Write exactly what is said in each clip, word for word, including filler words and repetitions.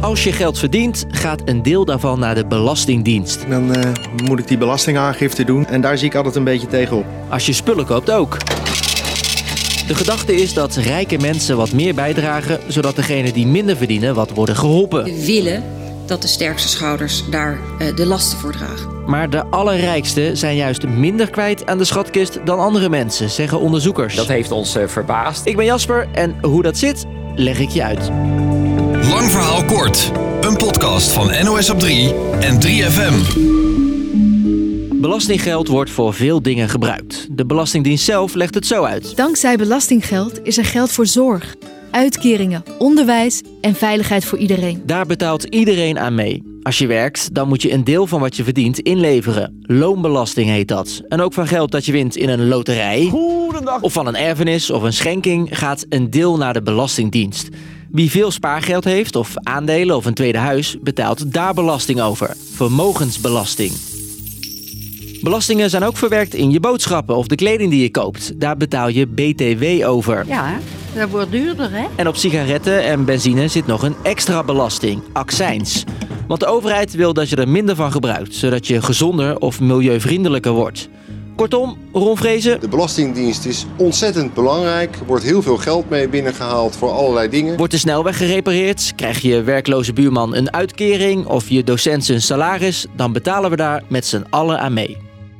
Als je geld verdient, gaat een deel daarvan naar de Belastingdienst. Dan uh, moet ik die belastingaangifte doen en daar zie ik altijd een beetje tegenop. Als je spullen koopt ook. De gedachte is dat rijke mensen wat meer bijdragen, zodat degenen die minder verdienen wat worden geholpen. We willen dat de sterkste schouders daar uh, de lasten voor dragen. Maar de allerrijksten zijn juist minder kwijt aan de schatkist dan andere mensen, zeggen onderzoekers. Dat heeft ons uh, verbaasd. Ik ben Jasper en hoe dat zit, leg ik je uit. Lang verhaal kort. Een podcast van N O S op drie en drie F M. Belastinggeld wordt voor veel dingen gebruikt. De Belastingdienst zelf legt het zo uit. Dankzij belastinggeld is er geld voor zorg, uitkeringen, onderwijs en veiligheid voor iedereen. Daar betaalt iedereen aan mee. Als je werkt, dan moet je een deel van wat je verdient inleveren. Loonbelasting heet dat. En ook van geld dat je wint in een loterij, Goedendag. of van een erfenis of een schenking, gaat een deel naar de Belastingdienst. Wie veel spaargeld heeft of aandelen of een tweede huis, betaalt daar belasting over. Vermogensbelasting. Belastingen zijn ook verwerkt in je boodschappen of de kleding die je koopt. Daar betaal je B T W over. Ja, dat wordt duurder, hè? En op sigaretten en benzine zit nog een extra belasting, accijns. Want de overheid wil dat je er minder van gebruikt, zodat je gezonder of milieuvriendelijker wordt. Kortom, Ron Vrezen. De Belastingdienst is ontzettend belangrijk. Er wordt heel veel geld mee binnengehaald voor allerlei dingen. Wordt de snelweg gerepareerd, krijg je werkloze buurman een uitkering of je docent zijn salaris, dan betalen we daar met z'n allen aan mee.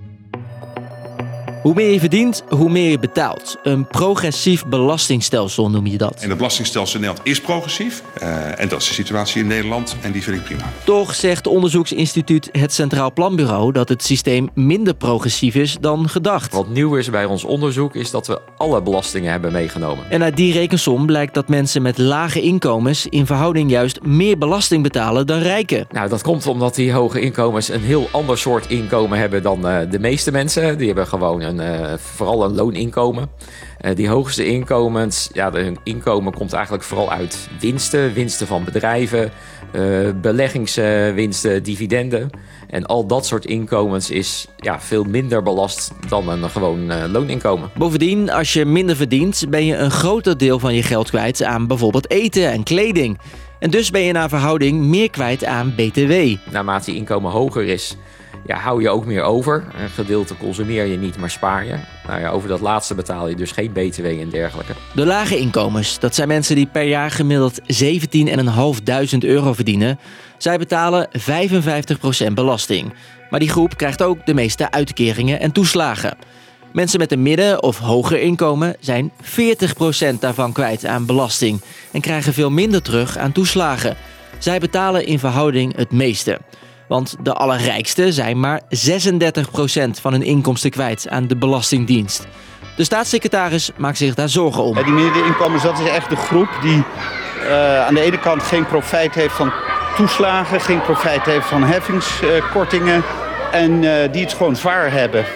Hoe meer je verdient, hoe meer je betaalt. Een progressief belastingstelsel noem je dat. En het belastingstelsel in Nederland is progressief. Uh, en dat is de situatie in Nederland en die vind ik prima. Toch zegt onderzoeksinstituut het Centraal Planbureau dat het systeem minder progressief is dan gedacht. Wat nieuw is bij ons onderzoek is dat we alle belastingen hebben meegenomen. En uit die rekensom blijkt dat mensen met lage inkomens in verhouding juist meer belasting betalen dan rijken. Nou, dat komt omdat die hoge inkomens een heel ander soort inkomen hebben dan uh, de meeste mensen. Die hebben gewoon een Uh, vooral een looninkomen. Uh, die hoogste inkomens, ja, hun inkomen komt eigenlijk vooral uit winsten. Winsten van bedrijven, uh, beleggingswinsten, dividenden. En al dat soort inkomens is ja, veel minder belast dan een gewoon uh, looninkomen. Bovendien, als je minder verdient, ben je een groter deel van je geld kwijt aan bijvoorbeeld eten en kleding. En dus ben je naar verhouding meer kwijt aan B T W. Naarmate je inkomen hoger is, ja, hou je ook meer over. Een gedeelte consumeer je niet, maar spaar je. Nou ja, over dat laatste betaal je dus geen B T W en dergelijke. De lage inkomens, dat zijn mensen die per jaar gemiddeld zeventienduizend vijfhonderd euro verdienen. Zij betalen vijfenvijftig procent belasting. Maar die groep krijgt ook de meeste uitkeringen en toeslagen. Mensen met een midden- of hoger inkomen zijn veertig procent daarvan kwijt aan belasting. En krijgen veel minder terug aan toeslagen. Zij betalen in verhouding het meeste. Want de allerrijksten zijn maar zesendertig procent van hun inkomsten kwijt aan de Belastingdienst. De staatssecretaris maakt zich daar zorgen om. Ja, die middeninkomens, dat is echt de groep die uh, aan de ene kant geen profijt heeft van toeslagen, geen profijt heeft van heffingskortingen en uh, die het gewoon zwaar hebben.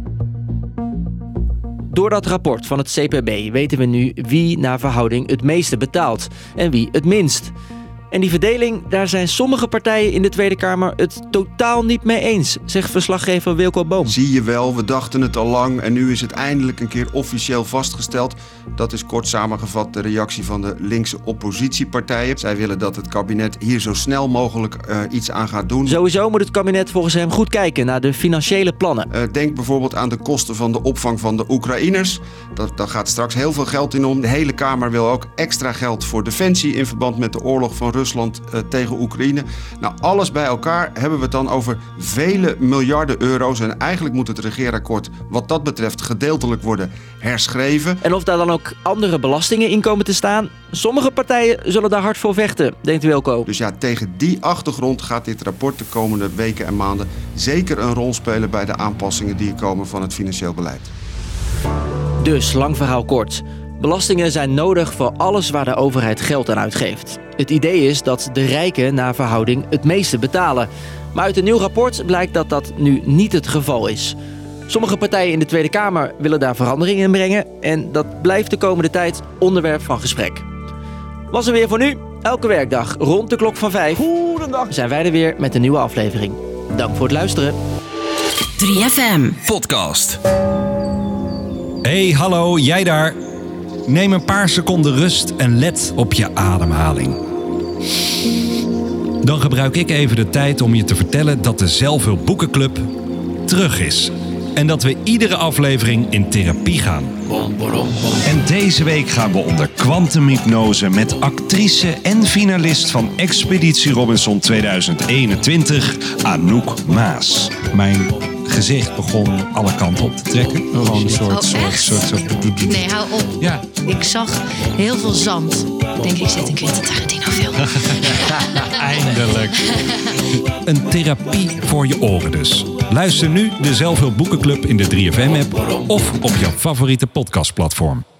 Door dat rapport van het C P B weten we nu wie naar verhouding het meeste betaalt en wie het minst. En die verdeling, daar zijn sommige partijen in de Tweede Kamer het totaal niet mee eens, zegt verslaggever Wilco Boom. Zie je wel, we dachten het al lang en nu is het eindelijk een keer officieel vastgesteld. Dat is kort samengevat de reactie van de linkse oppositiepartijen. Zij willen dat het kabinet hier zo snel mogelijk uh, iets aan gaat doen. Sowieso moet het kabinet volgens hem goed kijken naar de financiële plannen. Uh, denk bijvoorbeeld aan de kosten van de opvang van de Oekraïners. Dat, daar gaat straks heel veel geld in om. De hele Kamer wil ook extra geld voor defensie in verband met de oorlog van Rusland uh, tegen Oekraïne. Nou, alles bij elkaar hebben we het dan over vele miljarden euro's. En eigenlijk moet het regeerakkoord wat dat betreft gedeeltelijk worden herschreven. En of daar dan ook andere belastingen in komen te staan? Sommige partijen zullen daar hard voor vechten, denkt Wilco. Dus ja, tegen die achtergrond gaat dit rapport de komende weken en maanden zeker een rol spelen bij de aanpassingen die er komen van het financieel beleid. Dus, lang verhaal kort. Belastingen zijn nodig voor alles waar de overheid geld aan uitgeeft. Het idee is dat de rijken naar verhouding het meeste betalen. Maar uit een nieuw rapport blijkt dat dat nu niet het geval is. Sommige partijen in de Tweede Kamer willen daar verandering in brengen. En dat blijft de komende tijd onderwerp van gesprek. Was er weer voor nu. Elke werkdag rond de klok van vijf Goedendag. zijn wij er weer met een nieuwe aflevering. Dank voor het luisteren. drie F M Podcast. Hey, hallo, jij daar. Neem een paar seconden rust en let op je ademhaling. Dan gebruik ik even de tijd om je te vertellen dat de Zelfhulp Boekenclub terug is. En dat we iedere aflevering in therapie gaan. En deze week gaan we onder kwantumhypnose met actrice en finalist van Expeditie Robinson tweeduizend eenentwintig, Anouk Maas. Mijn gezicht begon alle kanten op te trekken. Oh, Gewoon een soort, oh, soort, soort, soort... Nee, hou op. Ja. Ik zag heel veel zand. Ik denk, ik zit in Quentin Tarantino film. Eindelijk. Een therapie voor je oren dus. Luister nu de Zelfhulp Boekenclub in de drie F M app of op jouw favoriete podcastplatform.